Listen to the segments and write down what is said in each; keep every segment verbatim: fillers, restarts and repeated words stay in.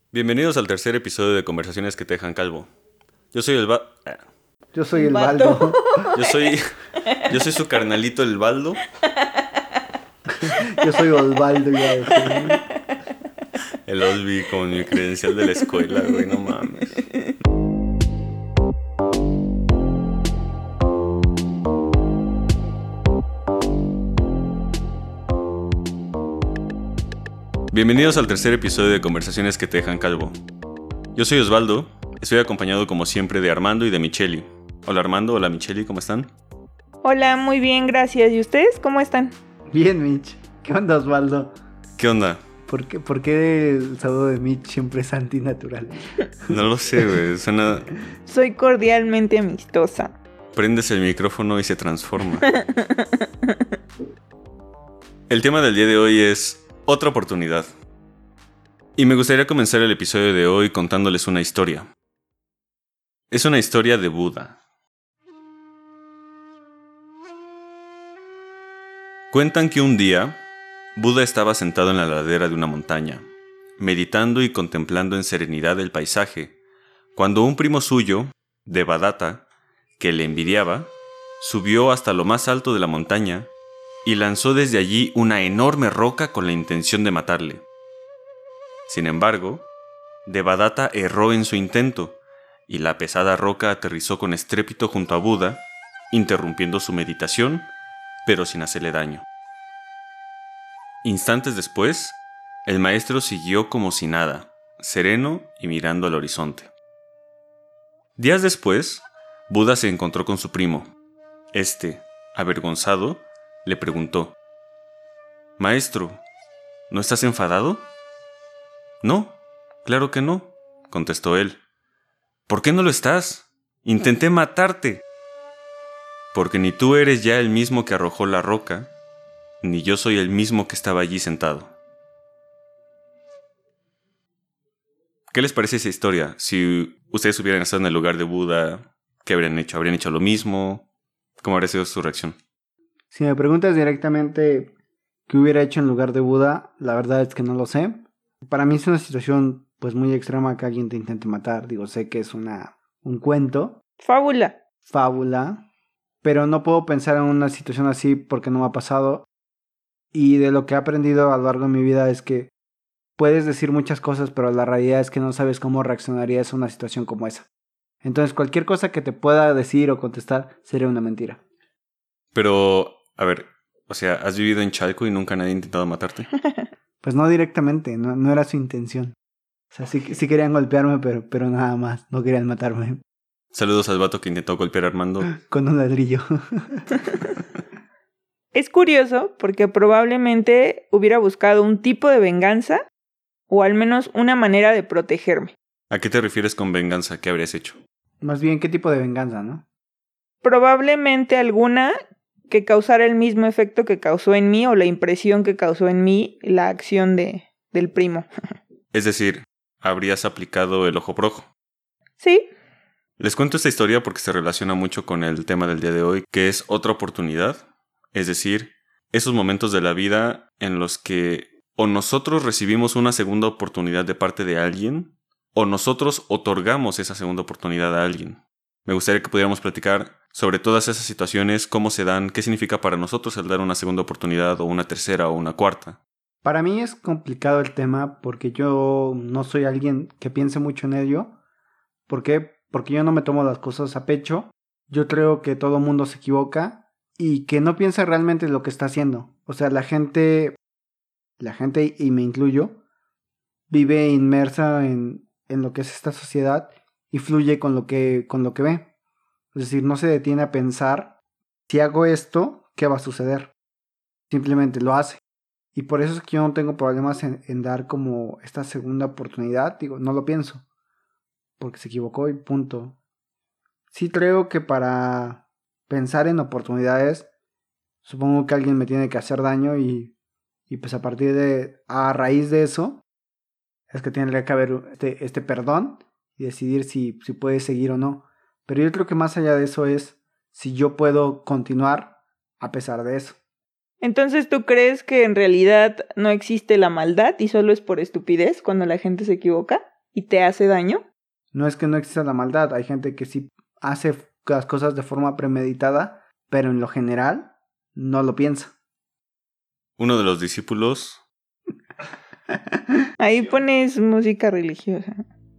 Bienvenidos al tercer episodio de Conversaciones que te dejan calvo. Yo soy el ba... Yo soy el Vato. Baldo. Yo soy... Yo soy su carnalito el Baldo. Yo soy Osvaldo, iba a decir. El Osby con mi credencial de la escuela, güey, no mames. Bienvenidos al tercer episodio de Conversaciones que te dejan calvo. Yo soy Osvaldo, estoy acompañado como siempre de Armando y de Micheli. Hola Armando, hola Micheli, ¿cómo están? Hola, muy bien, gracias. ¿Y ustedes cómo están? Bien, Mitch. ¿Qué onda, Osvaldo? ¿Qué onda? ¿Por qué, por qué el saludo de Mitch siempre es antinatural? No lo sé, güey, suena... Soy cordialmente amistosa. Prendes el micrófono y se transforma. El tema del día de hoy es otra oportunidad. Y me gustaría comenzar el episodio de hoy contándoles una historia. Es una historia de Buda. Cuentan que un día, Buda estaba sentado en la ladera de una montaña, meditando y contemplando en serenidad el paisaje, cuando un primo suyo, Devadatta, que le envidiaba, subió hasta lo más alto de la montaña y lanzó desde allí una enorme roca con la intención de matarle. Sin embargo, Devadatta erró en su intento y la pesada roca aterrizó con estrépito junto a Buda, interrumpiendo su meditación, pero sin hacerle daño. Instantes después, el maestro siguió como si nada, sereno y mirando al horizonte. Días después, Buda se encontró con su primo. Este, avergonzado, le preguntó: «Maestro, ¿no estás enfadado?» «No, claro que no», contestó él. «¿Por qué no lo estás? Intenté matarte». «Porque ni tú eres ya el mismo que arrojó la roca, ni yo soy el mismo que estaba allí sentado». ¿Qué les parece esa historia? Si ustedes hubieran estado en el lugar de Buda, ¿qué habrían hecho? ¿Habrían hecho lo mismo? ¿Cómo habría sido su reacción? Si me preguntas directamente qué hubiera hecho en lugar de Buda, la verdad es que no lo sé. Para mí es una situación pues muy extrema que alguien te intente matar. Digo, sé que es una un cuento, Fábula. fábula, pero no puedo pensar en una situación así porque no me ha pasado. Y de lo que he aprendido a lo largo de mi vida es que puedes decir muchas cosas, pero la realidad es que no sabes cómo reaccionarías a una situación como esa. Entonces cualquier cosa que te pueda decir o contestar sería una mentira. Pero, a ver, o sea, ¿has vivido en Chalco y nunca nadie ha intentado matarte? Pues no directamente, no, no era su intención. O sea, sí, sí querían golpearme, pero, pero nada más, no querían matarme. Saludos al vato que intentó golpear a Armando. Con un ladrillo. Es curioso porque probablemente hubiera buscado un tipo de venganza o al menos una manera de protegerme. ¿A qué te refieres con venganza? ¿Qué habrías hecho? Más bien, ¿qué tipo de venganza, no? Probablemente alguna que causara el mismo efecto que causó en mí o la impresión que causó en mí la acción de, del primo. Es decir, habrías aplicado el ojo por ojo. Sí, Les cuento esta historia porque se relaciona mucho con el tema del día de hoy, que es otra oportunidad. Es decir, esos momentos de la vida en los que o nosotros recibimos una segunda oportunidad de parte de alguien, o nosotros otorgamos esa segunda oportunidad a alguien. Me gustaría que pudiéramos platicar sobre todas esas situaciones, cómo se dan, qué significa para nosotros el dar una segunda oportunidad o una tercera o una cuarta. Para mí es complicado el tema porque yo no soy alguien que piense mucho en ello. ¿Por qué? Porque yo no me tomo las cosas a pecho. Yo creo que todo mundo se equivoca y que no piensa realmente en lo que está haciendo. O sea, la gente, la gente, y me incluyo, vive inmersa en, en lo que es esta sociedad y fluye con lo que, con lo que ve. Es decir, no se detiene a pensar, si hago esto, ¿qué va a suceder? Simplemente lo hace. Y por eso es que yo no tengo problemas en, en dar como esta segunda oportunidad. Digo, no lo pienso, porque se equivocó y punto. Sí creo que para pensar en oportunidades, supongo que alguien me tiene que hacer daño y, y pues a partir de, a raíz de eso, es que tiene que haber este, este perdón y decidir si, si puede seguir o no. Pero yo creo que más allá de eso es si yo puedo continuar a pesar de eso. entonces ¿tú crees que en realidad no existe la maldad y solo es por estupidez cuando la gente se equivoca? y te hace daño. No es que no exista la maldad, hay gente que sí hace las cosas de forma premeditada, pero en lo general no lo piensa. Uno de los discípulos... Ahí pones música religiosa.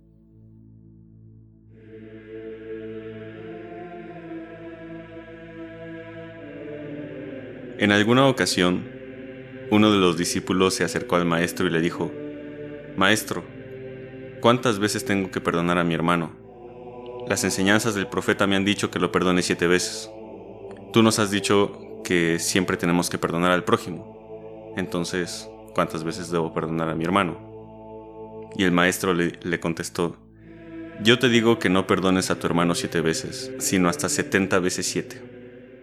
En alguna ocasión, uno de los discípulos se acercó al maestro y le dijo: Maestro, ¿cuántas veces tengo que perdonar a mi hermano? Las enseñanzas del profeta me han dicho que lo perdone siete veces. Tú nos has dicho que siempre tenemos que perdonar al prójimo. Entonces, ¿cuántas veces debo perdonar a mi hermano? Y el maestro le, le contestó: Yo te digo que no perdones a tu hermano siete veces, sino hasta setenta veces siete.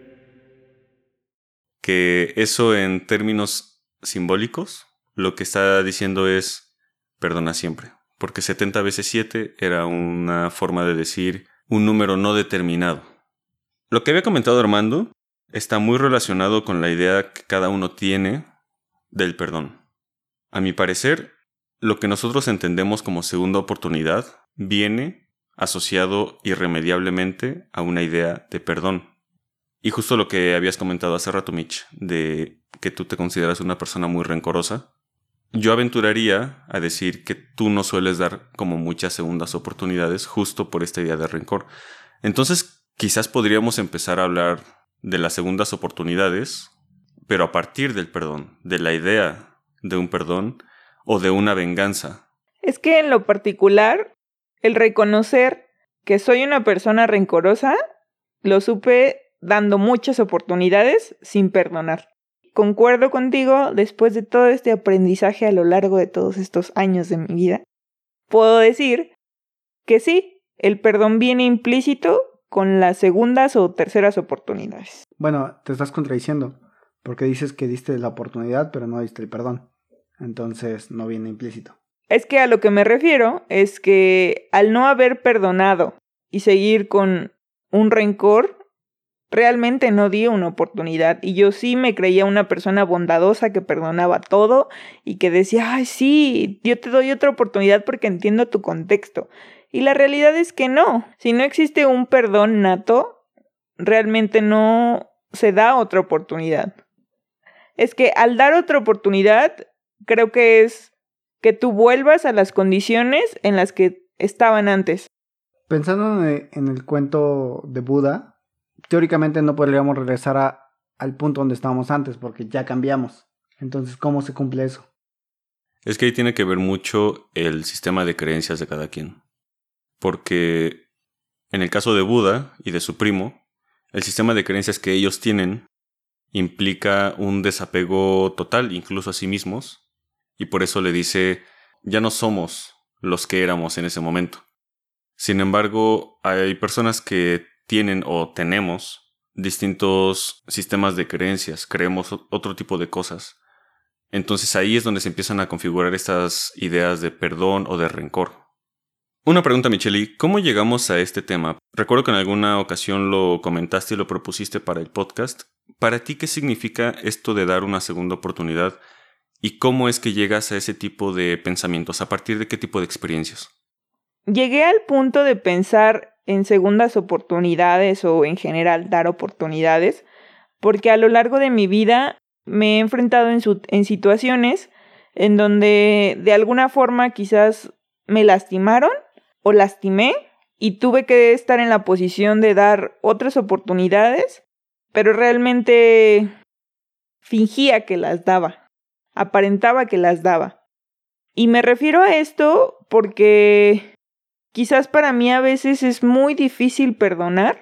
Que eso, en términos simbólicos, lo que está diciendo es perdona siempre, porque setenta veces siete era una forma de decir un número no determinado. Lo que había comentado Armando está muy relacionado con la idea que cada uno tiene del perdón. A mi parecer, lo que nosotros entendemos como segunda oportunidad viene asociado irremediablemente a una idea de perdón. Y justo lo que habías comentado hace rato, Mitch, de que tú te consideras una persona muy rencorosa, yo aventuraría a decir que tú no sueles dar como muchas segundas oportunidades justo por esta idea de rencor. Entonces, quizás podríamos empezar a hablar de las segundas oportunidades, pero a partir del perdón, de la idea de un perdón o de una venganza. Es que en lo particular, el reconocer que soy una persona rencorosa, lo supe dando muchas oportunidades sin perdonar. Concuerdo contigo, después de todo este aprendizaje a lo largo de todos estos años de mi vida, puedo decir que sí, el perdón viene implícito con las segundas o terceras oportunidades. Bueno, te estás contradiciendo, porque dices que diste la oportunidad, pero no diste el perdón. Entonces no viene implícito. Es que a lo que me refiero es que al no haber perdonado y seguir con un rencor, realmente no di una oportunidad, y yo sí me creía una persona bondadosa que perdonaba todo y que decía, ay sí, yo te doy otra oportunidad porque entiendo tu contexto. Y la realidad es que no. Si no existe un perdón nato, realmente no se da otra oportunidad. Es que al dar otra oportunidad, creo que es que tú vuelvas a las condiciones en las que estaban antes. Pensando en el cuento de Buda, teóricamente no podríamos regresar a, al punto donde estábamos antes, porque ya cambiamos. Entonces, ¿cómo se cumple eso? Es que ahí tiene que ver mucho el sistema de creencias de cada quien. Porque en el caso de Buda y de su primo, el sistema de creencias que ellos tienen implica un desapego total, incluso a sí mismos, y por eso le dice, ya no somos los que éramos en ese momento. Sin embargo, hay personas que tienen o tenemos distintos sistemas de creencias, creemos otro tipo de cosas. Entonces ahí es donde se empiezan a configurar estas ideas de perdón o de rencor. Una pregunta, Micheli, ¿cómo llegamos a este tema? Recuerdo que en alguna ocasión lo comentaste y lo propusiste para el podcast. ¿Para ti qué significa esto de dar una segunda oportunidad? ¿Y cómo es que llegas a ese tipo de pensamientos? ¿A partir de qué tipo de experiencias? Llegué al punto de pensar en segundas oportunidades o en general dar oportunidades, porque a lo largo de mi vida me he enfrentado en, su, en situaciones en donde de alguna forma quizás me lastimaron o lastimé y tuve que estar en la posición de dar otras oportunidades, pero realmente fingía que las daba, aparentaba que las daba. Y me refiero a esto porque quizás para mí a veces es muy difícil perdonar.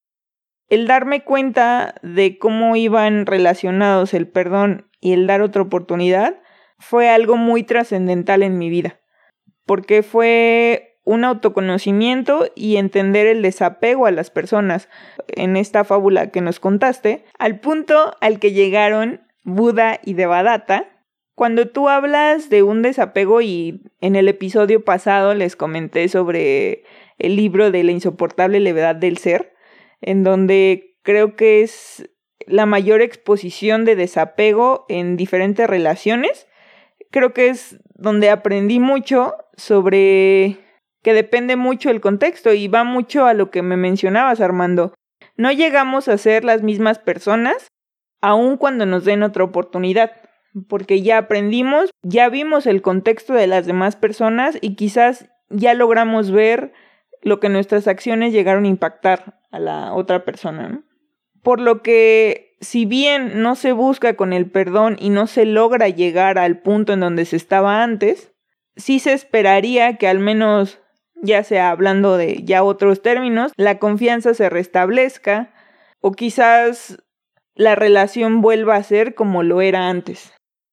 El darme cuenta de cómo iban relacionados el perdón y el dar otra oportunidad fue algo muy trascendental en mi vida, porque fue un autoconocimiento y entender el desapego a las personas en esta fábula que nos contaste, al punto al que llegaron Buda y Devadatta. Cuando tú hablas de un desapego, y en el episodio pasado les comenté sobre el libro de La insoportable levedad del ser, en donde creo que es la mayor exposición de desapego en diferentes relaciones, creo que es donde aprendí mucho sobre que depende mucho el contexto y va mucho a lo que me mencionabas, Armando. No llegamos a ser las mismas personas aun cuando nos den otra oportunidad, porque ya aprendimos, ya vimos el contexto de las demás personas y quizás ya logramos ver lo que nuestras acciones llegaron a impactar a la otra persona, ¿no? Por lo que, si bien no se busca con el perdón y no se logra llegar al punto en donde se estaba antes, sí se esperaría que al menos, ya sea hablando de ya otros términos, la confianza se restablezca o quizás la relación vuelva a ser como lo era antes.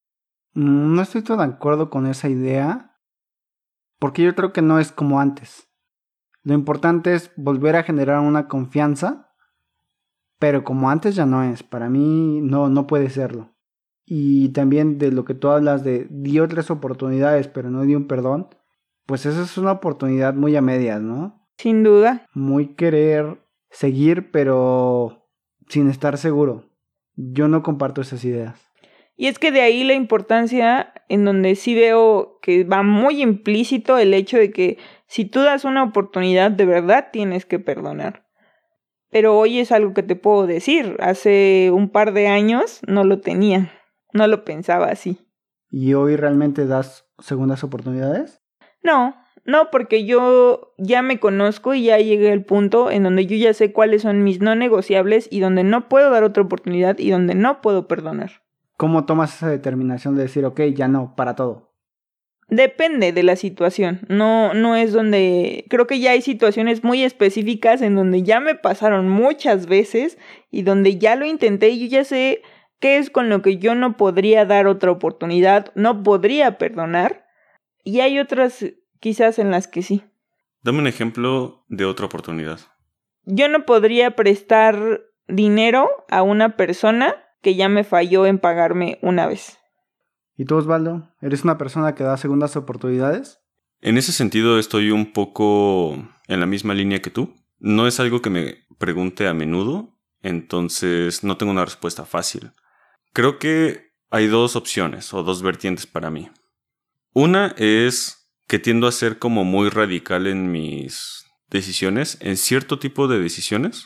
No estoy tan de acuerdo con esa idea, porque yo creo que no es como antes. Lo importante es volver a generar una confianza, pero como antes ya no es. Para mí no, no puede serlo. Y también de lo que tú hablas de di otras oportunidades, pero no di un perdón, pues esa es una oportunidad muy a medias, ¿no? Sin duda. Muy querer seguir, pero sin estar seguro. Yo no comparto esas ideas. Y es que de ahí la importancia en donde sí veo que va muy implícito el hecho de que si tú das una oportunidad, de verdad tienes que perdonar. Pero hoy es algo que te puedo decir. Hace un par de años no lo tenía. No lo pensaba así. ¿Y hoy realmente das segundas oportunidades? No, no, porque yo ya me conozco y ya llegué al punto en donde yo ya sé cuáles son mis no negociables y donde no puedo dar otra oportunidad y donde no puedo perdonar. ¿Cómo tomas esa determinación de decir, ok, ya no, para todo? Depende de la situación, no, no es donde... Creo que ya hay situaciones muy específicas en donde ya me pasaron muchas veces y donde ya lo intenté y yo ya sé qué es con lo que yo no podría dar otra oportunidad, no podría perdonar. Y hay otras quizás en las que sí. Dame un ejemplo de otra oportunidad. Yo no podría prestar dinero a una persona que ya me falló en pagarme una vez. ¿Y tú, Osvaldo? ¿Eres una persona que da segundas oportunidades? En ese sentido estoy un poco en la misma línea que tú. No es algo que me pregunte a menudo, entonces no tengo una respuesta fácil. Creo que hay dos opciones o dos vertientes para mí. Una es que tiendo a ser como muy radical en mis decisiones, en cierto tipo de decisiones.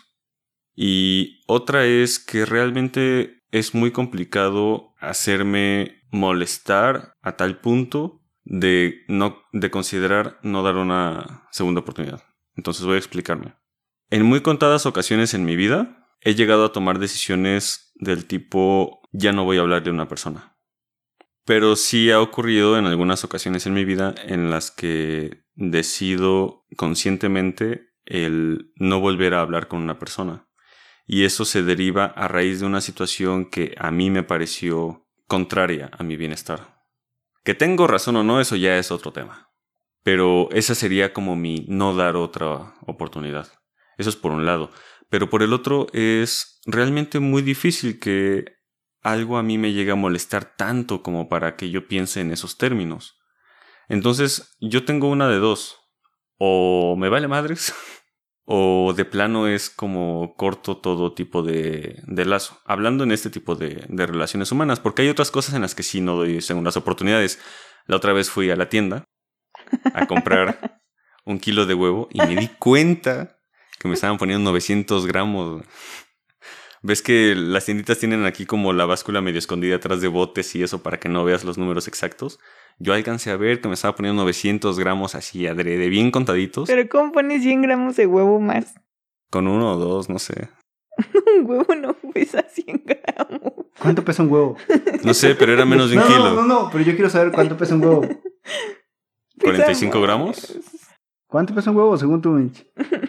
Y otra es que realmente es muy complicado hacerme molestar a tal punto de, no, de considerar no dar una segunda oportunidad. Entonces voy a explicarme. En muy contadas ocasiones en mi vida he llegado a tomar decisiones del tipo ya no voy a hablar de una persona. Pero sí ha ocurrido en algunas ocasiones en mi vida en las que decido conscientemente el no volver a hablar con una persona. Y eso se deriva a raíz de una situación que a mí me pareció contraria a mi bienestar. Que tengo razón o no, eso ya es otro tema. Pero esa sería como mi no dar otra oportunidad. Eso es por un lado. Pero por el otro es realmente muy difícil que algo a mí me llegue a molestar tanto como para que yo piense en esos términos. Entonces yo tengo una de dos. O me vale madres... o de plano es como corto todo tipo de, de lazo. Hablando en este tipo de, de relaciones humanas, porque hay otras cosas en las que sí no doy segundas oportunidades. La otra vez fui a la tienda a comprar un kilo de huevo y me di cuenta que me estaban poniendo novecientos gramos. ¿Ves que las tienditas tienen aquí como la báscula medio escondida atrás de botes y eso para que no veas los números exactos? Yo alcancé a ver que me estaba poniendo novecientos gramos así adrede, bien contaditos. ¿Pero cómo pones cien gramos de huevo más? Con uno o dos, no sé. Un huevo no pesa cien gramos. ¿Cuánto pesa un huevo? No sé, pero era menos de un no, kilo. No, no, no, pero yo quiero saber cuánto pesa un huevo. ¿cuarenta y cinco gramos? ¿Cuánto pesa un huevo según tú, Mitch?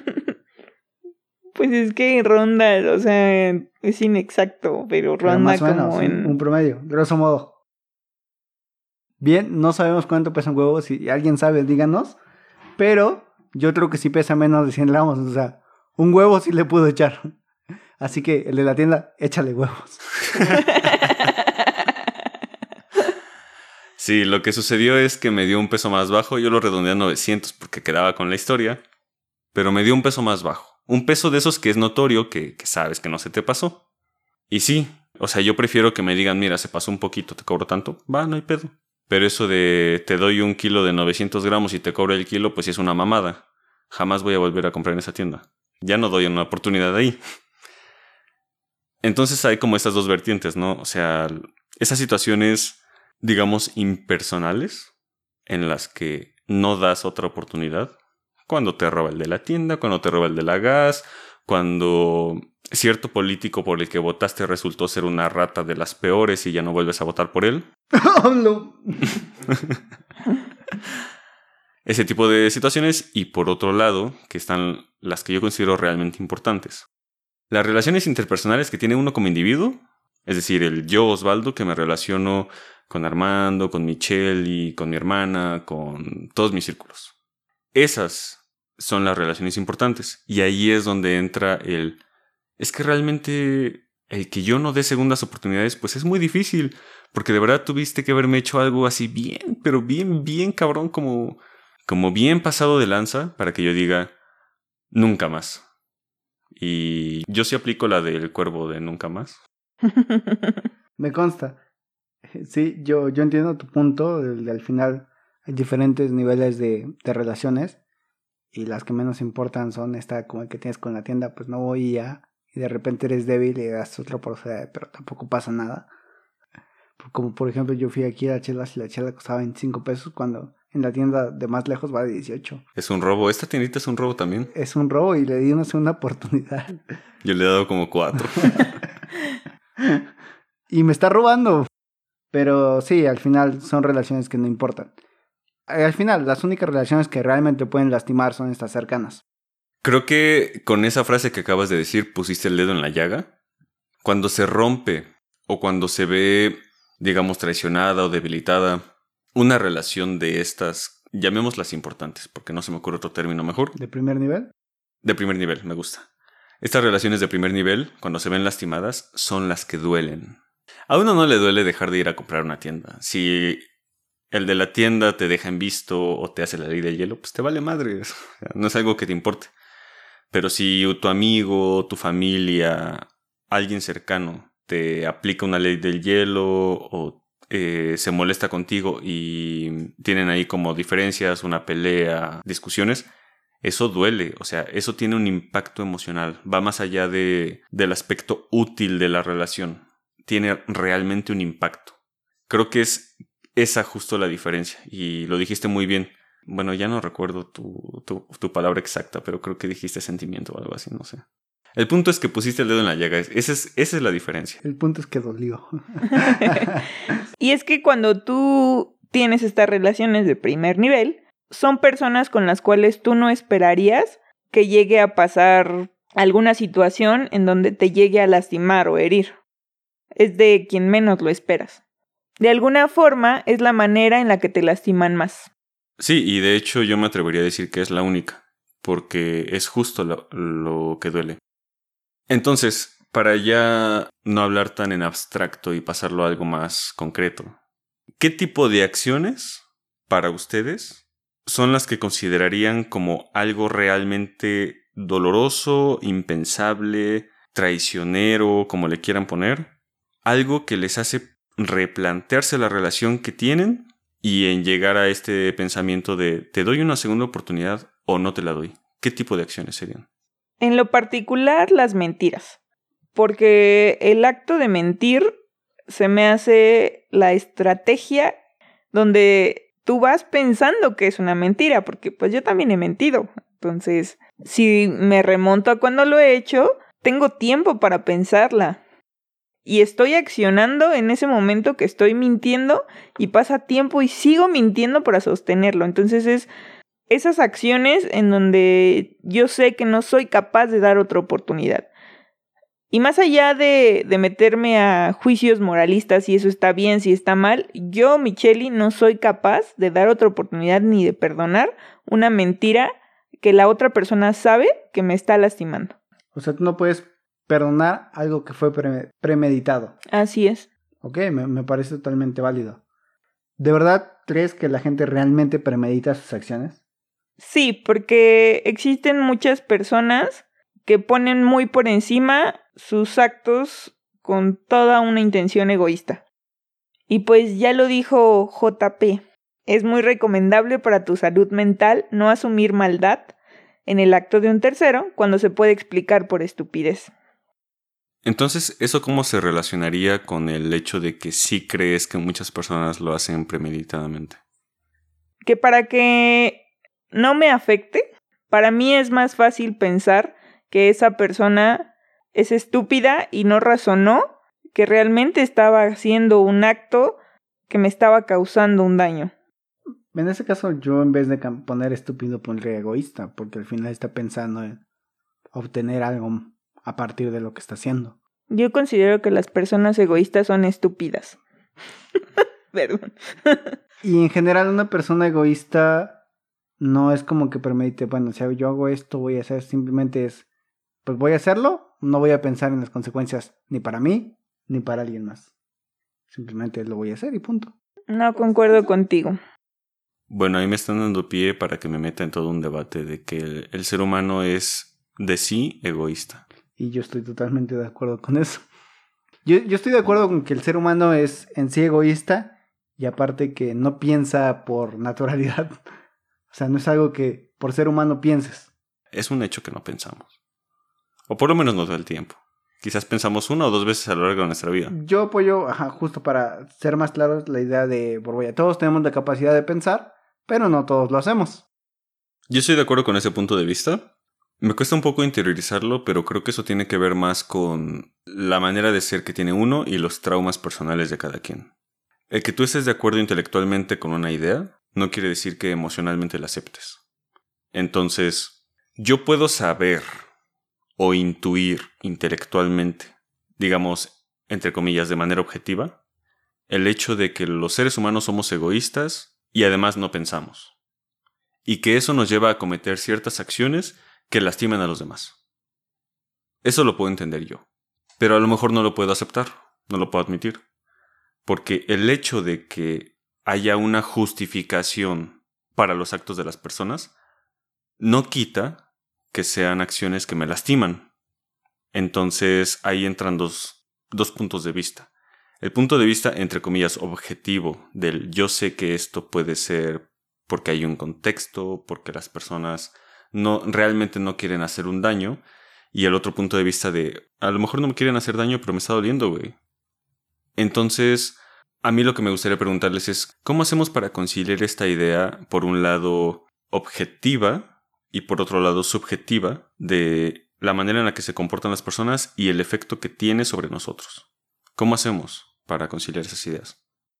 Pues es que ronda, o sea, es inexacto, pero ronda pero más o menos, como en... un promedio, grosso modo. Bien, no sabemos cuánto pesa un huevo, si alguien sabe, díganos. Pero yo creo que sí pesa menos de cien gramos, o sea, un huevo sí le pudo echar. Así que el de la tienda, échale huevos. Sí, lo que sucedió es que me dio un peso más bajo. Yo lo redondeé a novecientos porque quedaba con la historia. Pero me dio un peso más bajo. Un peso de esos que es notorio, que, que sabes que no se te pasó. Y sí, o sea, yo prefiero que me digan, mira, se pasó un poquito, te cobro tanto. Va, no hay pedo. Pero eso de te doy un kilo de novecientos gramos y te cobro el kilo, pues sí es una mamada. Jamás voy a volver a comprar en esa tienda. Ya no doy una oportunidad ahí. Entonces hay como estas dos vertientes, ¿no? O sea, esas situaciones, digamos, impersonales, en las que no das otra oportunidad. Cuando te roba el de la tienda, cuando te roba el de la gas, cuando cierto político por el que votaste resultó ser una rata de las peores y ya no vuelves a votar por él. Oh, no. Ese tipo de situaciones. Y por otro lado, que están las que yo considero realmente importantes. Las relaciones interpersonales que tiene uno como individuo, es decir, el yo, Osvaldo, que me relaciono con Armando, con Michelle y con mi hermana, con todos mis círculos. Esas son las relaciones importantes. Y ahí es donde entra el... Es que realmente el que yo no dé segundas oportunidades, pues es muy difícil. Porque de verdad tuviste que haberme hecho algo así bien, pero bien, bien cabrón, como, como bien pasado de lanza, para que yo diga, nunca más. Y yo sí aplico la del cuervo de nunca más. Me consta. Sí, yo, yo entiendo tu punto. De, de, al final hay diferentes niveles de, de relaciones. Y las que menos importan son esta como el que tienes con la tienda. Pues no voy ya. Y de repente eres débil y das otra oportunidad. Pero tampoco pasa nada. Como por ejemplo yo fui aquí a la chelas y la chela costaba veinticinco pesos. Cuando en la tienda de más lejos vale dieciocho. Es un robo. Esta tiendita es un robo también. Es un robo y le di una segunda oportunidad. Yo le he dado como cuatro. Y me está robando. Pero sí, al final son relaciones que no importan. Al final, las únicas relaciones que realmente pueden lastimar son estas cercanas. Creo que con esa frase que acabas de decir pusiste el dedo en la llaga. Cuando se rompe o cuando se ve, digamos, traicionada o debilitada una relación de estas, llamémoslas importantes, porque no se me ocurre otro término mejor. ¿De primer nivel? De primer nivel, me gusta. Estas relaciones de primer nivel, cuando se ven lastimadas, son las que duelen. A uno no le duele dejar de ir a comprar una tienda. Si el de la tienda te deja en visto o te hace la ley del hielo, pues te vale madre. No es algo que te importe. Pero si tu amigo, tu familia, alguien cercano te aplica una ley del hielo o eh, se molesta contigo y tienen ahí como diferencias, una pelea, discusiones, eso duele. O sea, eso tiene un impacto emocional. Va más allá de, del aspecto útil de la relación. Tiene realmente un impacto. Creo que es esa justo la diferencia. Y lo dijiste muy bien. Bueno, ya no recuerdo tu, tu, tu palabra exacta, pero creo que dijiste sentimiento o algo así, no sé. El punto es que pusiste el dedo en la llaga. Esa es, esa es la diferencia. El punto es que dolió. Y es que cuando tú tienes estas relaciones de primer nivel, son personas con las cuales tú no esperarías que llegue a pasar alguna situación en donde te llegue a lastimar o herir. Es de quien menos lo esperas. De alguna forma, es la manera en la que te lastiman más. Sí, y de hecho yo me atrevería a decir que es la única, porque es justo lo, lo que duele. Entonces, para ya no hablar tan en abstracto y pasarlo a algo más concreto, ¿qué tipo de acciones, para ustedes, son las que considerarían como algo realmente doloroso, impensable, traicionero, como le quieran poner? Algo que les hace replantearse la relación que tienen y en llegar a este pensamiento de ¿te doy una segunda oportunidad o no te la doy? ¿Qué tipo de acciones serían? En lo particular, las mentiras. Porque el acto de mentir se me hace la estrategia donde tú vas pensando que es una mentira, porque pues yo también he mentido. Entonces, si me remonto a cuando lo he hecho, tengo tiempo para pensarla. Y estoy accionando en ese momento que estoy mintiendo y pasa tiempo y sigo mintiendo para sostenerlo. Entonces es esas acciones en donde yo sé que no soy capaz de dar otra oportunidad. Y más allá de, de meterme a juicios moralistas si eso está bien, si está mal, yo, Micheli, no soy capaz de dar otra oportunidad ni de perdonar una mentira que la otra persona sabe que me está lastimando. O sea, tú no puedes perdonar algo que fue pre- premeditado. Así es. Ok, me, me parece totalmente válido. ¿De verdad crees que la gente realmente premedita sus acciones? Sí, porque existen muchas personas que ponen muy por encima sus actos con toda una intención egoísta. Y pues ya lo dijo J P, es muy recomendable para tu salud mental no asumir maldad en el acto de un tercero cuando se puede explicar por estupidez. Entonces, ¿eso cómo se relacionaría con el hecho de que sí crees que muchas personas lo hacen premeditadamente? Que para que no me afecte, para mí es más fácil pensar que esa persona es estúpida y no razonó que realmente estaba haciendo un acto que me estaba causando un daño. En ese caso, yo en vez de poner estúpido pondría egoísta, porque al final está pensando en obtener algo a partir de lo que está haciendo. Yo considero que las personas egoístas son estúpidas. Perdón. Y en general una persona egoísta no es como que permite, bueno, si yo hago esto, voy a hacer, simplemente es, pues voy a hacerlo, no voy a pensar en las consecuencias ni para mí, ni para alguien más. Simplemente lo voy a hacer y punto. No concuerdo contigo. Bueno, ahí me están dando pie para que me meta en todo un debate de que el, el ser humano es de sí egoísta. Y yo estoy totalmente de acuerdo con eso. Yo, yo estoy de acuerdo con que el ser humano es en sí egoísta y aparte que no piensa por naturalidad. O sea, no es algo que por ser humano pienses. Es un hecho que no pensamos. O por lo menos no todo el tiempo. Quizás pensamos una o dos veces a lo largo de nuestra vida. Yo apoyo, ajá, justo para ser más claros, la idea de Borbolla. Todos tenemos la capacidad de pensar, pero no todos lo hacemos. Yo estoy de acuerdo con ese punto de vista. Me cuesta un poco interiorizarlo, pero creo que eso tiene que ver más con la manera de ser que tiene uno y los traumas personales de cada quien. El que tú estés de acuerdo intelectualmente con una idea no quiere decir que emocionalmente la aceptes. Entonces, yo puedo saber o intuir intelectualmente, digamos, entre comillas, de manera objetiva, el hecho de que los seres humanos somos egoístas y además no pensamos. Y que eso nos lleva a cometer ciertas acciones que lastiman a los demás. Eso lo puedo entender yo. Pero a lo mejor no lo puedo aceptar, no lo puedo admitir. Porque el hecho de que haya una justificación para los actos de las personas no quita que sean acciones que me lastiman. Entonces ahí entran dos, dos puntos de vista. El punto de vista, entre comillas, objetivo del yo sé que esto puede ser porque hay un contexto, porque las personas no, realmente no quieren hacer un daño. Y el otro punto de vista de, a lo mejor no me quieren hacer daño, pero me está doliendo, güey. Entonces, a mí lo que me gustaría preguntarles es, ¿cómo hacemos para conciliar esta idea, por un lado, objetiva y por otro lado, subjetiva, de la manera en la que se comportan las personas y el efecto que tiene sobre nosotros? ¿Cómo hacemos para conciliar esas ideas?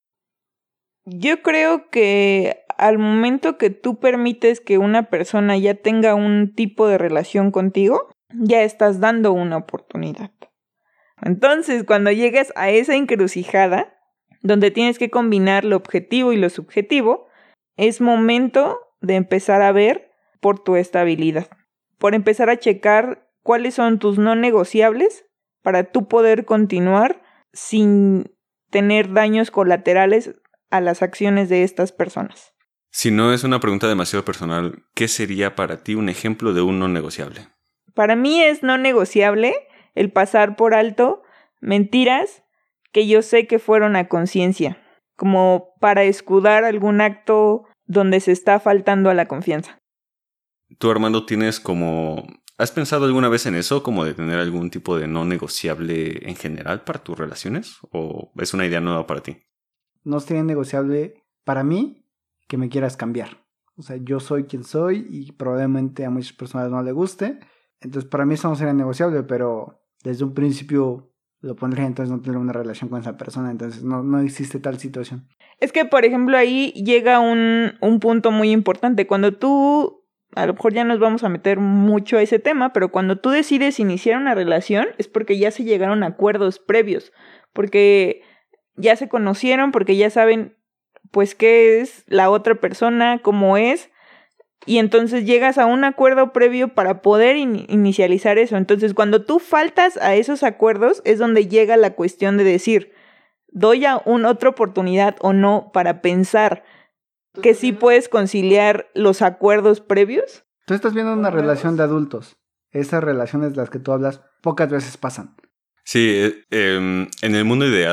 Yo creo que al momento que tú permites que una persona ya tenga un tipo de relación contigo, ya estás dando una oportunidad. Entonces, cuando llegas a esa encrucijada, donde tienes que combinar lo objetivo y lo subjetivo, es momento de empezar a ver por tu estabilidad, por empezar a checar cuáles son tus no negociables para tú poder continuar sin tener daños colaterales a las acciones de estas personas. Si no es una pregunta demasiado personal, ¿qué sería para ti un ejemplo de un no negociable? Para mí es no negociable el pasar por alto mentiras que yo sé que fueron a conciencia, como para escudar algún acto donde se está faltando a la confianza. ¿Tú, Armando, tienes como... ¿Has pensado alguna vez en eso, como de tener algún tipo de no negociable en general para tus relaciones? ¿O es una idea nueva para ti? No sería negociable para mí que me quieras cambiar. O sea, yo soy quien soy y probablemente a muchas personas no le guste. Entonces, para mí eso no sería negociable, pero desde un principio lo pondría entonces no tener una relación con esa persona. Entonces, no, no existe tal situación. Es que, por ejemplo, ahí llega un, un punto muy importante. Cuando tú, a lo mejor ya nos vamos a meter mucho a ese tema, pero cuando tú decides iniciar una relación es porque ya se llegaron a acuerdos previos, porque ya se conocieron, porque ya saben, pues, qué es la otra persona, cómo es, y entonces llegas a un acuerdo previo para poder in- inicializar eso. Entonces, cuando tú faltas a esos acuerdos, es donde llega la cuestión de decir, ¿doy a una otra oportunidad o no para pensar que sí puedes conciliar los acuerdos previos? Tú estás viendo una relación de adultos. Esas relaciones de las que tú hablas pocas veces pasan. Sí, eh, eh, en el mundo ideal,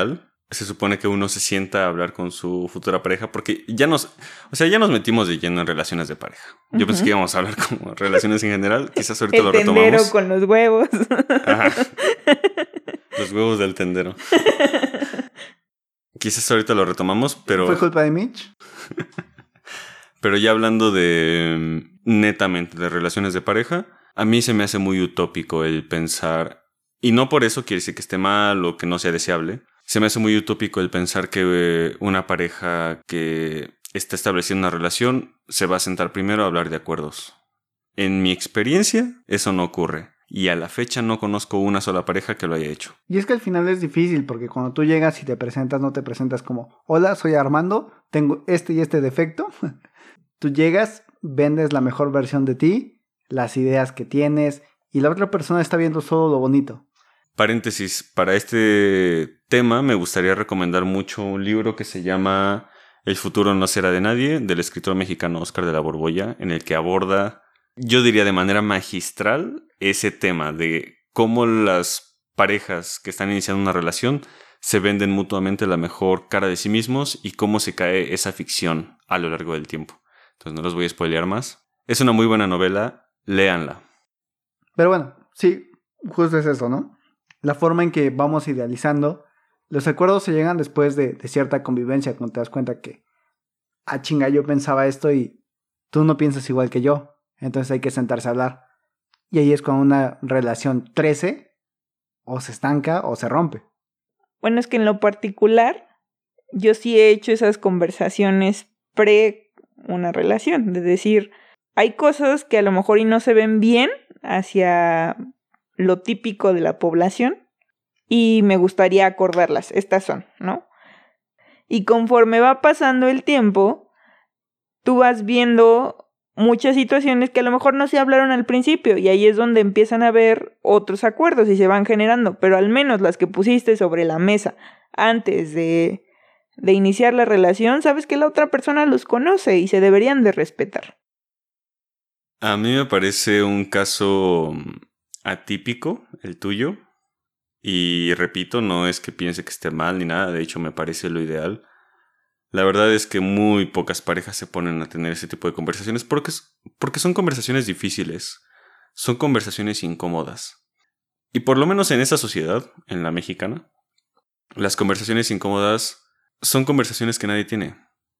se supone que uno se sienta a hablar con su futura pareja, porque ya nos, o sea, ya nos metimos de lleno en relaciones de pareja. Yo uh-huh. pensé que íbamos a hablar como relaciones en general, quizás ahorita el lo retomamos. El tendero con los huevos. Ajá. Los huevos del tendero. Quizás ahorita lo retomamos, pero... ¿Fue culpa de Mitch? Pero ya hablando de netamente de relaciones de pareja, a mí se me hace muy utópico el pensar, y no por eso quiere decir que esté mal o que no sea deseable, se me hace muy utópico el pensar que una pareja que está estableciendo una relación se va a sentar primero a hablar de acuerdos. En mi experiencia, eso no ocurre. Y a la fecha no conozco una sola pareja que lo haya hecho. Y es que al final es difícil, porque cuando tú llegas y te presentas, no te presentas como, hola, soy Armando, tengo este y este defecto. Tú llegas, vendes la mejor versión de ti, las ideas que tienes, y la otra persona está viendo solo lo bonito. Paréntesis, para este tema me gustaría recomendar mucho un libro que se llama El futuro no será de nadie, del escritor mexicano Óscar de la Borbolla, en el que aborda, yo diría de manera magistral, ese tema de cómo las parejas que están iniciando una relación se venden mutuamente la mejor cara de sí mismos y cómo se cae esa ficción a lo largo del tiempo. Entonces no los voy a spoilear más. Es una muy buena novela, léanla. Pero bueno, sí, justo es eso, ¿no? La forma en que vamos idealizando, los acuerdos se llegan después de, de cierta convivencia, cuando te das cuenta que, ah, chinga, yo pensaba esto y tú no piensas igual que yo, entonces hay que sentarse a hablar. Y ahí es cuando una relación crece, o se estanca, o se rompe. Bueno, es que en lo particular, yo sí he hecho esas conversaciones pre una relación, de decir, hay cosas que a lo mejor y no se ven bien hacia lo típico de la población y me gustaría acordarlas, estas son, ¿no? Y conforme va pasando el tiempo, tú vas viendo muchas situaciones que a lo mejor no se hablaron al principio y ahí es donde empiezan a haber otros acuerdos y se van generando, pero al menos las que pusiste sobre la mesa antes de, de iniciar la relación, sabes que la otra persona los conoce y se deberían de respetar. A mí me parece un caso atípico el tuyo y repito, no es que piense que esté mal ni nada, de hecho me parece lo ideal. La verdad es que muy pocas parejas se ponen a tener ese tipo de conversaciones porque, porque son conversaciones difíciles, son conversaciones incómodas. Y por lo menos en esa sociedad, en la mexicana, las conversaciones incómodas son conversaciones que nadie tiene.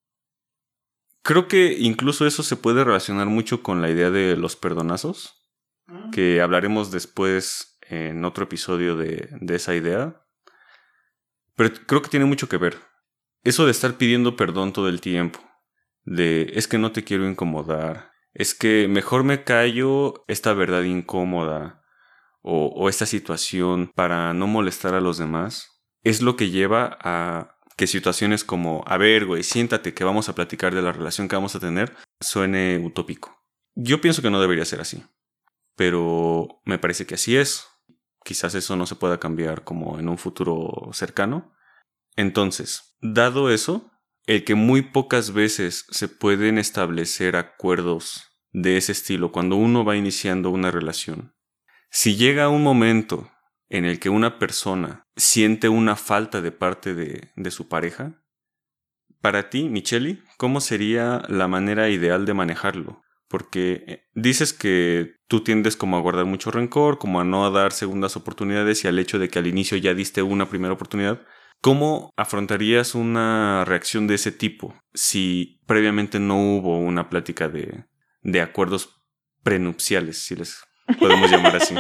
Creo que incluso eso se puede relacionar mucho con la idea de los perdonazos, que hablaremos después en otro episodio de, de esa idea. Pero creo que tiene mucho que ver. Eso de estar pidiendo perdón todo el tiempo, de es que no te quiero incomodar, es que mejor me callo esta verdad incómoda o, o esta situación para no molestar a los demás, es lo que lleva a que situaciones como, a ver, güey, siéntate que vamos a platicar de la relación que vamos a tener, suene utópico. Yo pienso que no debería ser así, pero me parece que así es. Quizás eso no se pueda cambiar como en un futuro cercano. Entonces, dado eso, el que muy pocas veces se pueden establecer acuerdos de ese estilo cuando uno va iniciando una relación, si llega un momento en el que una persona siente una falta de parte de, de su pareja, para ti, Micheli, ¿cómo sería la manera ideal de manejarlo? Porque dices que tú tiendes como a guardar mucho rencor, como a no dar segundas oportunidades y al hecho de que al inicio ya diste una primera oportunidad. ¿Cómo afrontarías una reacción de ese tipo si previamente no hubo una plática de, de acuerdos prenupciales, si les podemos llamar así?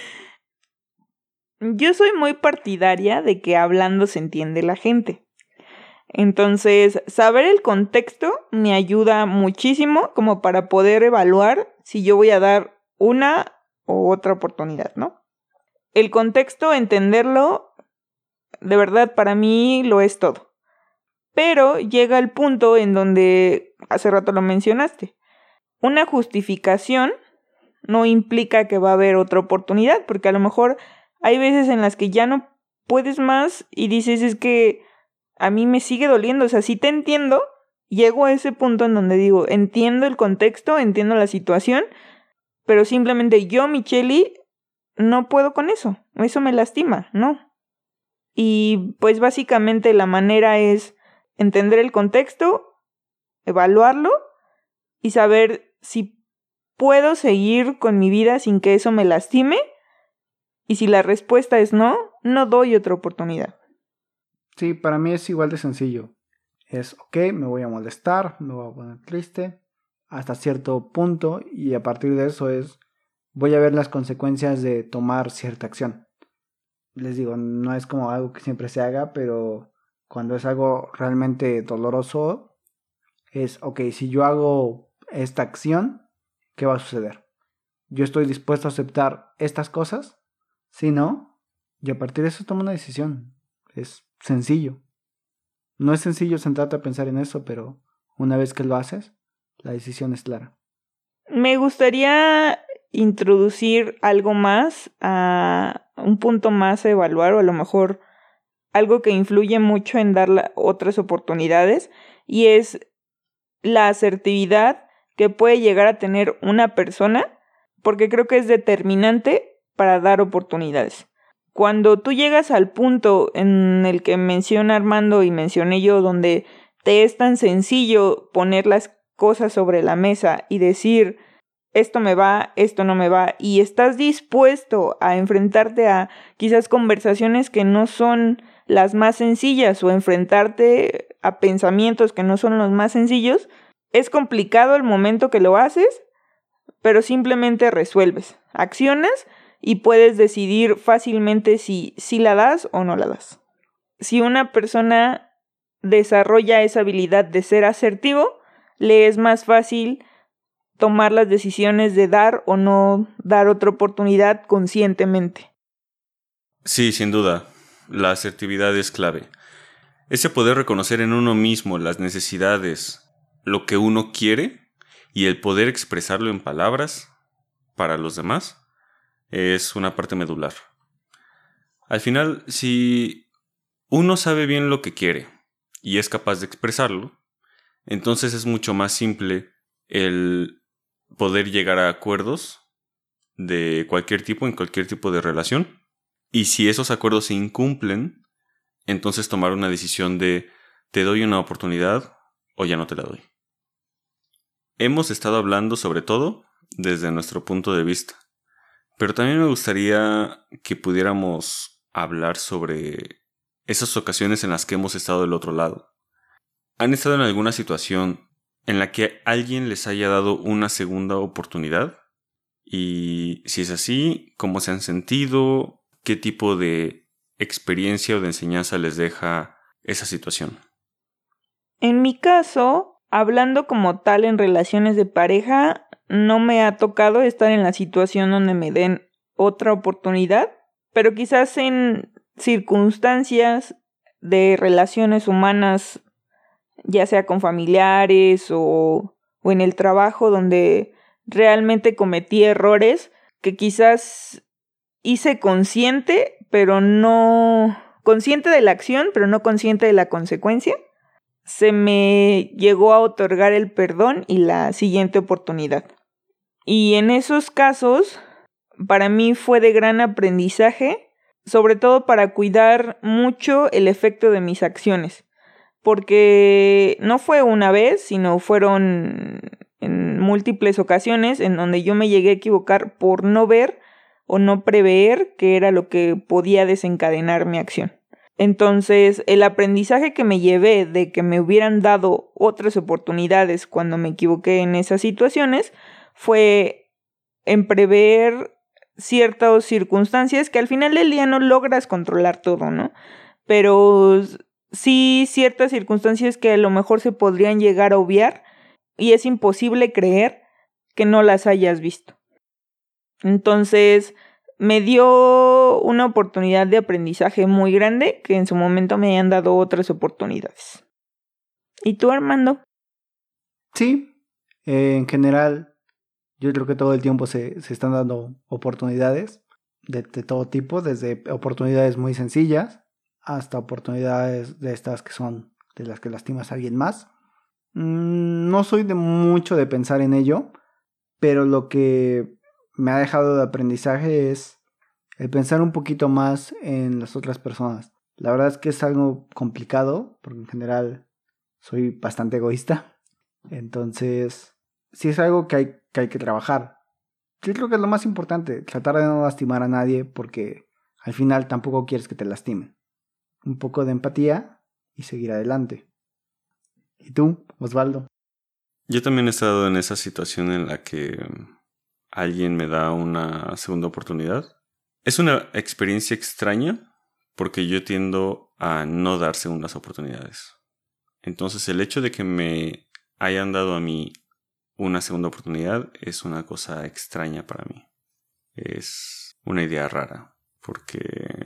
Yo soy muy partidaria de que hablando se entiende la gente. Entonces, saber el contexto me ayuda muchísimo como para poder evaluar si yo voy a dar una u otra oportunidad, ¿no? El contexto, entenderlo, de verdad, para mí lo es todo. Pero llega el punto en donde, hace rato lo mencionaste, una justificación no implica que va a haber otra oportunidad, porque a lo mejor hay veces en las que ya no puedes más y dices, es que a mí me sigue doliendo, o sea, sí te entiendo, llego a ese punto en donde digo, entiendo el contexto, entiendo la situación, pero simplemente yo, Micheli, no puedo con eso, eso me lastima, ¿no? Y pues básicamente la manera es entender el contexto, evaluarlo y saber si puedo seguir con mi vida sin que eso me lastime. Y si la respuesta es no, no doy otra oportunidad. Sí, para mí es igual de sencillo. Es, ok, me voy a molestar, me voy a poner triste hasta cierto punto y a partir de eso es, voy a ver las consecuencias de tomar cierta acción. Les digo, no es como algo que siempre se haga, pero cuando es algo realmente doloroso, es, ok, si yo hago esta acción, ¿qué va a suceder? Yo estoy dispuesto a aceptar estas cosas, si no, y a partir de eso tomo una decisión. Es sencillo. No es sencillo sentarte a pensar en eso, pero una vez que lo haces, la decisión es clara. Me gustaría introducir algo más, a un punto más a evaluar, o a lo mejor algo que influye mucho en dar otras oportunidades, y es la asertividad que puede llegar a tener una persona, porque creo que es determinante para dar oportunidades. Cuando tú llegas al punto en el que menciona Armando y mencioné yo, donde te es tan sencillo poner las cosas sobre la mesa y decir, esto me va, esto no me va, y estás dispuesto a enfrentarte a quizás conversaciones que no son las más sencillas o enfrentarte a pensamientos que no son los más sencillos, es complicado el momento que lo haces, pero simplemente resuelves, accionas y puedes decidir fácilmente si, si la das o no la das. Si una persona desarrolla esa habilidad de ser asertivo, le es más fácil tomar las decisiones de dar o no dar otra oportunidad conscientemente. Sí, sin duda, la asertividad es clave. Ese poder reconocer en uno mismo las necesidades, lo que uno quiere, y el poder expresarlo en palabras para los demás, es una parte medular. Al final, si uno sabe bien lo que quiere y es capaz de expresarlo, entonces es mucho más simple el poder llegar a acuerdos de cualquier tipo, en cualquier tipo de relación. Y si esos acuerdos se incumplen, entonces tomar una decisión de te doy una oportunidad o ya no te la doy. Hemos estado hablando sobre todo desde nuestro punto de vista, pero también me gustaría que pudiéramos hablar sobre esas ocasiones en las que hemos estado del otro lado. ¿Han estado en alguna situación en la que alguien les haya dado una segunda oportunidad? Y si es así, ¿cómo se han sentido? ¿Qué tipo de experiencia o de enseñanza les deja esa situación? En mi caso, hablando como tal en relaciones de pareja, no me ha tocado estar en la situación donde me den otra oportunidad, pero quizás en circunstancias de relaciones humanas, ya sea con familiares o, o en el trabajo, donde realmente cometí errores que quizás hice consciente, pero no consciente de la acción, pero no consciente de la consecuencia, se me llegó a otorgar el perdón y la siguiente oportunidad. Y en esos casos, para mí fue de gran aprendizaje, sobre todo para cuidar mucho el efecto de mis acciones, porque no fue una vez, sino fueron en múltiples ocasiones en donde yo me llegué a equivocar por no ver o no prever qué era lo que podía desencadenar mi acción. Entonces, el aprendizaje que me llevé de que me hubieran dado otras oportunidades cuando me equivoqué en esas situaciones fue en prever ciertas circunstancias que al final del día no logras controlar todo, ¿no? Pero sí ciertas circunstancias que a lo mejor se podrían llegar a obviar y es imposible creer que no las hayas visto. Entonces, me dio una oportunidad de aprendizaje muy grande que en su momento me hayan dado otras oportunidades. ¿Y tú, Armando? Sí, eh, en general, yo creo que todo el tiempo se, se están dando oportunidades de, de todo tipo, desde oportunidades muy sencillas hasta oportunidades de estas que son de las que lastimas a alguien más. Mm, no soy de mucho de pensar en ello, pero lo que me ha dejado de aprendizaje es el pensar un poquito más en las otras personas. La verdad es que es algo complicado, porque en general soy bastante egoísta. Entonces, sí es algo que hay que, hay que trabajar. Yo creo que es lo más importante, tratar de no lastimar a nadie, porque al final tampoco quieres que te lastimen. Un poco de empatía y seguir adelante. ¿Y tú, Osvaldo? Yo también he estado en esa situación en la que alguien me da una segunda oportunidad. Es una experiencia extraña porque yo tiendo a no dar segundas oportunidades. Entonces el hecho de que me hayan dado a mí una segunda oportunidad es una cosa extraña para mí. Es una idea rara porque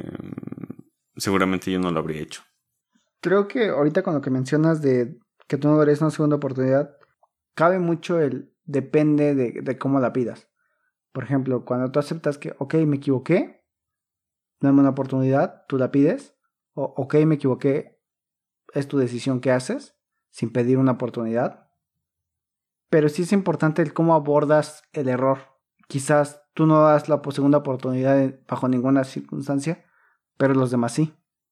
seguramente yo no lo habría hecho. Creo que ahorita con lo que mencionas de que tú no darías una segunda oportunidad, cabe mucho el depende de, de cómo la pidas. Por ejemplo, cuando tú aceptas que, ok, me equivoqué, dame una oportunidad, tú la pides, o ok, me equivoqué, es tu decisión que haces, sin pedir una oportunidad. Pero sí es importante el cómo abordas el error. Quizás tú no das la segunda oportunidad bajo ninguna circunstancia, pero los demás sí.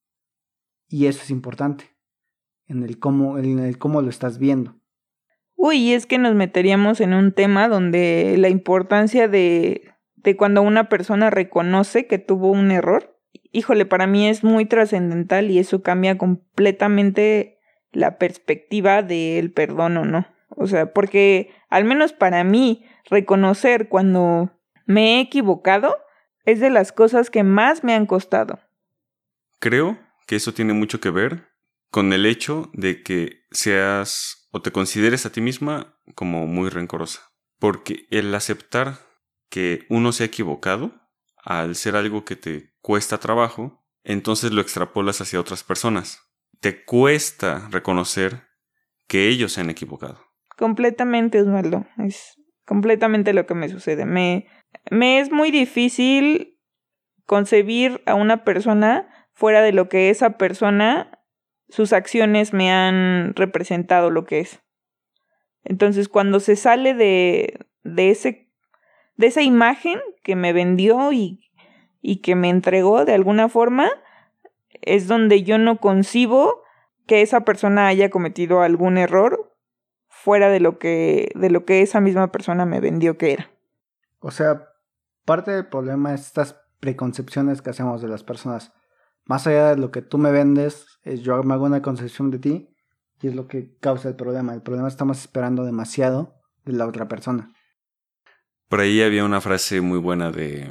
Y eso es importante, en el cómo, en el cómo lo estás viendo. Uy, es que nos meteríamos en un tema donde la importancia de, de cuando una persona reconoce que tuvo un error, híjole, para mí es muy trascendental y eso cambia completamente la perspectiva del perdón o no. O sea, porque al menos para mí, reconocer cuando me he equivocado es de las cosas que más me han costado. Creo que eso tiene mucho que ver con el hecho de que seas o te consideres a ti misma como muy rencorosa. Porque el aceptar que uno se ha equivocado, al ser algo que te cuesta trabajo, entonces lo extrapolas hacia otras personas. Te cuesta reconocer que ellos se han equivocado. Completamente, Osvaldo. Es completamente lo que me sucede. Me, me es muy difícil concebir a una persona fuera de lo que esa persona, sus acciones me han representado lo que es. Entonces, cuando se sale de, de, ese, de esa imagen que me vendió y, y que me entregó de alguna forma, es donde yo no concibo que esa persona haya cometido algún error fuera de lo que, de lo que esa misma persona me vendió que era. O sea, parte del problema es estas preconcepciones que hacemos de las personas. Más allá de lo que tú me vendes, es yo me hago una concepción de ti y es lo que causa el problema. El problema es que estamos esperando demasiado de la otra persona. Por ahí había una frase muy buena de: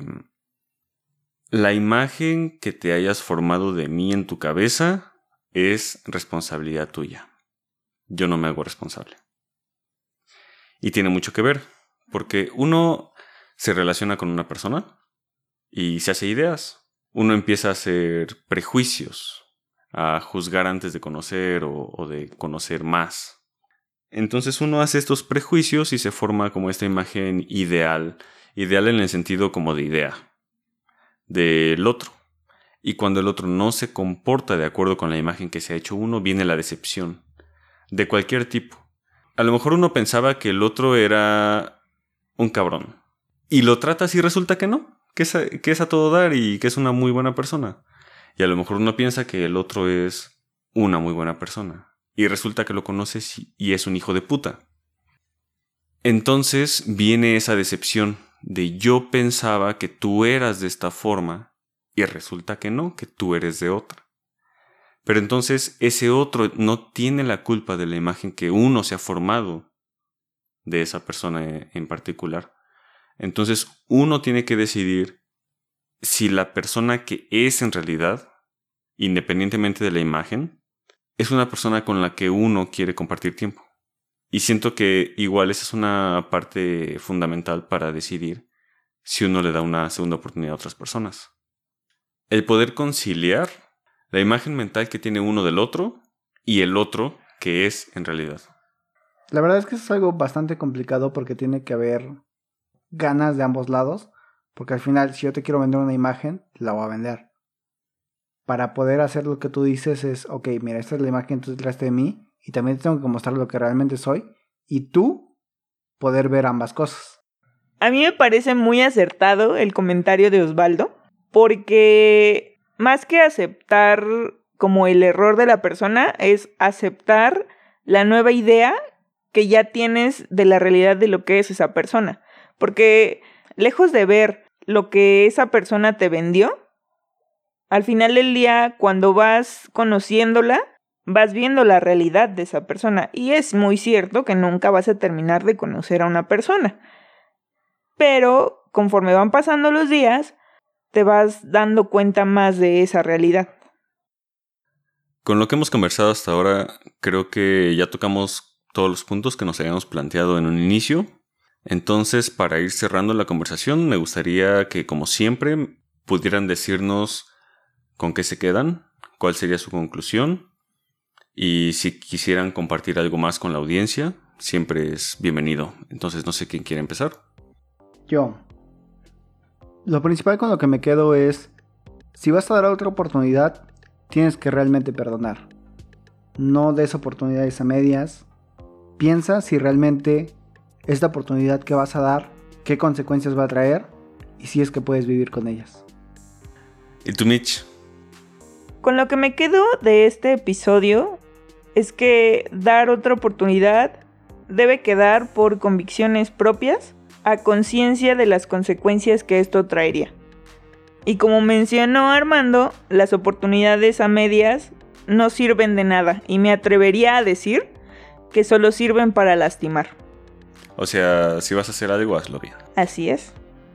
la imagen que te hayas formado de mí en tu cabeza es responsabilidad tuya. Yo no me hago responsable. Y tiene mucho que ver, porque uno se relaciona con una persona y se hace ideas. Uno empieza a hacer prejuicios, a juzgar antes de conocer o, o de conocer más. Entonces uno hace estos prejuicios y se forma como esta imagen ideal, ideal en el sentido como de idea, del otro. Y cuando el otro no se comporta de acuerdo con la imagen que se ha hecho uno, viene la decepción, de cualquier tipo. A lo mejor uno pensaba que el otro era un cabrón, y lo tratas y resulta que no, que es a, que es a todo dar y que es una muy buena persona. Y a lo mejor uno piensa que el otro es una muy buena persona, y resulta que lo conoces y es un hijo de puta. Entonces viene esa decepción de yo pensaba que tú eras de esta forma y resulta que no, que tú eres de otra. Pero entonces ese otro no tiene la culpa de la imagen que uno se ha formado de esa persona en particular. Entonces uno tiene que decidir si la persona que es en realidad, independientemente de la imagen, es una persona con la que uno quiere compartir tiempo. Y siento que igual esa es una parte fundamental para decidir si uno le da una segunda oportunidad a otras personas. El poder conciliar la imagen mental que tiene uno del otro y el otro que es en realidad. La verdad es que es algo bastante complicado porque tiene que haber ganas de ambos lados, porque al final si yo te quiero vender una imagen, la voy a vender. Para poder hacer lo que tú dices es, ok, mira, esta es la imagen que tú traste de mí y también tengo que mostrar lo que realmente soy y tú poder ver ambas cosas. A mí me parece muy acertado el comentario de Osvaldo, porque más que aceptar como el error de la persona, es aceptar la nueva idea que ya tienes de la realidad de lo que es esa persona. Porque lejos de ver lo que esa persona te vendió, al final del día, cuando vas conociéndola, vas viendo la realidad de esa persona. Y es muy cierto que nunca vas a terminar de conocer a una persona. Pero conforme van pasando los días, te vas dando cuenta más de esa realidad. Con lo que hemos conversado hasta ahora, creo que ya tocamos todos los puntos que nos habíamos planteado en un inicio. Entonces, para ir cerrando la conversación, me gustaría que, como siempre, pudieran decirnos con qué se quedan, cuál sería su conclusión, y si quisieran compartir algo más con la audiencia, siempre es bienvenido. Entonces, no sé quién quiere empezar. Yo. Lo principal con lo que me quedo es, si vas a dar otra oportunidad, tienes que realmente perdonar. No des oportunidades a medias. Piensa si realmente esta oportunidad que vas a dar, qué consecuencias va a traer y si es que puedes vivir con ellas. ¿Y tú, Mitch? Con lo que me quedo de este episodio es que dar otra oportunidad debe quedar por convicciones propias, a conciencia de las consecuencias que esto traería. Y como mencionó Armando, las oportunidades a medias no sirven de nada, y me atrevería a decir que solo sirven para lastimar. O sea, si vas a hacer algo, hazlo bien. Así es.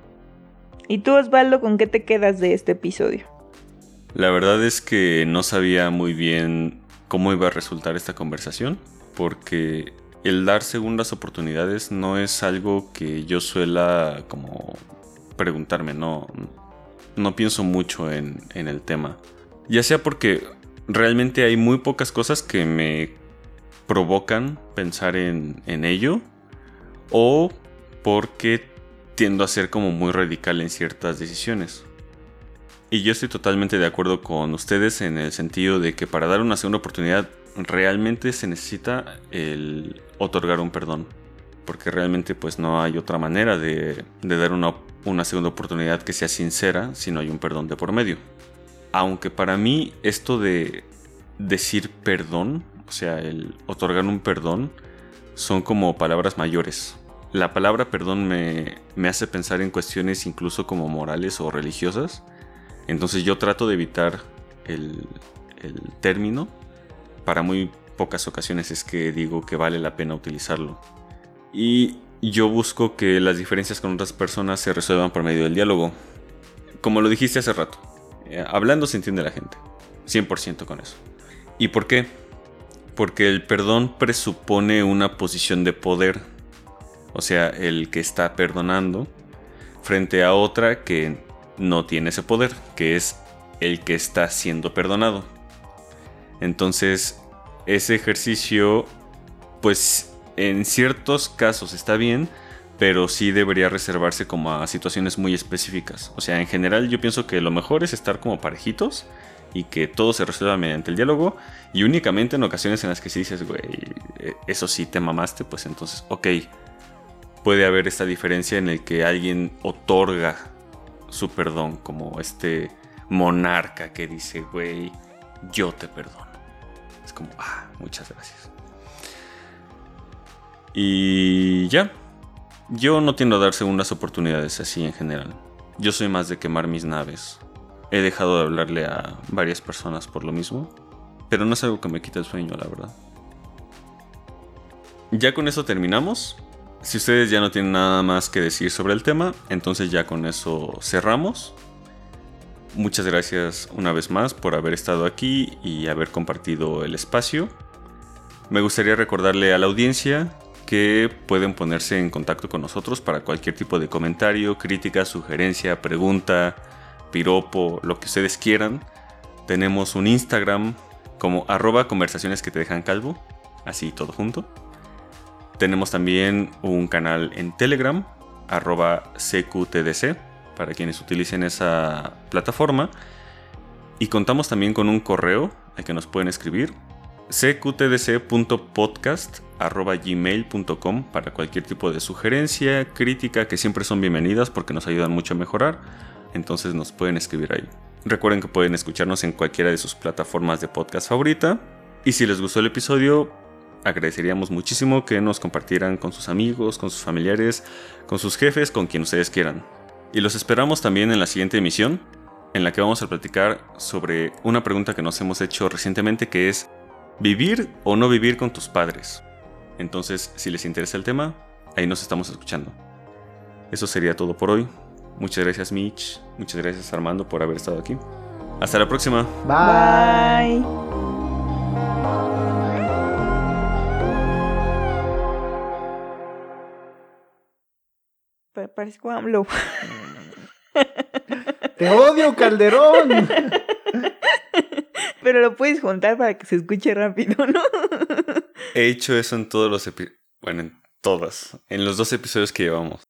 ¿Y tú, Osvaldo, con qué te quedas de este episodio? La verdad es que no sabía muy bien cómo iba a resultar esta conversación, porque el dar segundas oportunidades no es algo que yo suela como preguntarme, no, no pienso mucho en, en el tema. Ya sea porque realmente hay muy pocas cosas que me provocan pensar en, en ello, o porque tiendo a ser como muy radical en ciertas decisiones. Y yo estoy totalmente de acuerdo con ustedes en el sentido de que para dar una segunda oportunidad realmente se necesita el otorgar un perdón. Porque realmente pues no hay otra manera de, de dar una, una segunda oportunidad que sea sincera si no hay un perdón de por medio. Aunque para mí esto de decir perdón, o sea, el otorgar un perdón, son como palabras mayores. La palabra perdón me, me hace pensar en cuestiones incluso como morales o religiosas. Entonces yo trato de evitar el, el término. Para muy pocas ocasiones es que digo que vale la pena utilizarlo. Y yo busco que las diferencias con otras personas se resuelvan por medio del diálogo. Como lo dijiste hace rato, eh, hablando se entiende la gente. cien por ciento con eso. ¿Y por qué? Porque el perdón presupone una posición de poder. O sea, el que está perdonando frente a otra que no tiene ese poder, que es el que está siendo perdonado. Entonces, ese ejercicio, pues en ciertos casos está bien, pero sí debería reservarse como a situaciones muy específicas. O sea, en general yo pienso que lo mejor es estar como parejitos y que todo se resuelva mediante el diálogo, y únicamente en ocasiones en las que sí dices, güey, eso sí te mamaste, pues entonces, ok, puede haber esta diferencia en el que alguien otorga su perdón, como este monarca que dice, güey, yo te perdono. Es como, ah, muchas gracias. Y ya. Yo no tiendo a dar segundas oportunidades así en general. Yo soy más de quemar mis naves. He dejado de hablarle a varias personas por lo mismo, pero no es algo que me quite el sueño, la verdad. Ya con eso terminamos. Si ustedes ya no tienen nada más que decir sobre el tema, entonces ya con eso cerramos. Muchas gracias una vez más por haber estado aquí y haber compartido el espacio. Me gustaría recordarle a la audiencia que pueden ponerse en contacto con nosotros para cualquier tipo de comentario, crítica, sugerencia, pregunta, piropo, lo que ustedes quieran. Tenemos un Instagram como arroba conversaciones que te dejan calvo, así todo junto. Tenemos también un canal en Telegram, arroba C Q T D C, para quienes utilicen esa plataforma. Y contamos también con un correo al que nos pueden escribir, c q t d c punto podcast arroba gmail punto com, para cualquier tipo de sugerencia, crítica, que siempre son bienvenidas porque nos ayudan mucho a mejorar. Entonces nos pueden escribir ahí. Recuerden que pueden escucharnos en cualquiera de sus plataformas de podcast favorita. Y si les gustó el episodio, agradeceríamos muchísimo que nos compartieran con sus amigos, con sus familiares, con sus jefes, con quien ustedes quieran. Y los esperamos también en la siguiente emisión, en la que vamos a platicar sobre una pregunta que nos hemos hecho recientemente, que es ¿vivir o no vivir con tus padres? Entonces, si les interesa el tema, ahí nos estamos escuchando. Eso sería todo por hoy. Muchas gracias, Mitch. Muchas gracias, Armando, por haber estado aquí. Hasta la próxima. Bye. Pa- Parezco AMLO. ¡Te odio, Calderón! Pero lo puedes juntar para que se escuche rápido, ¿no? He hecho eso en todos los episodios. Bueno, en todas. En los dos episodios que llevamos.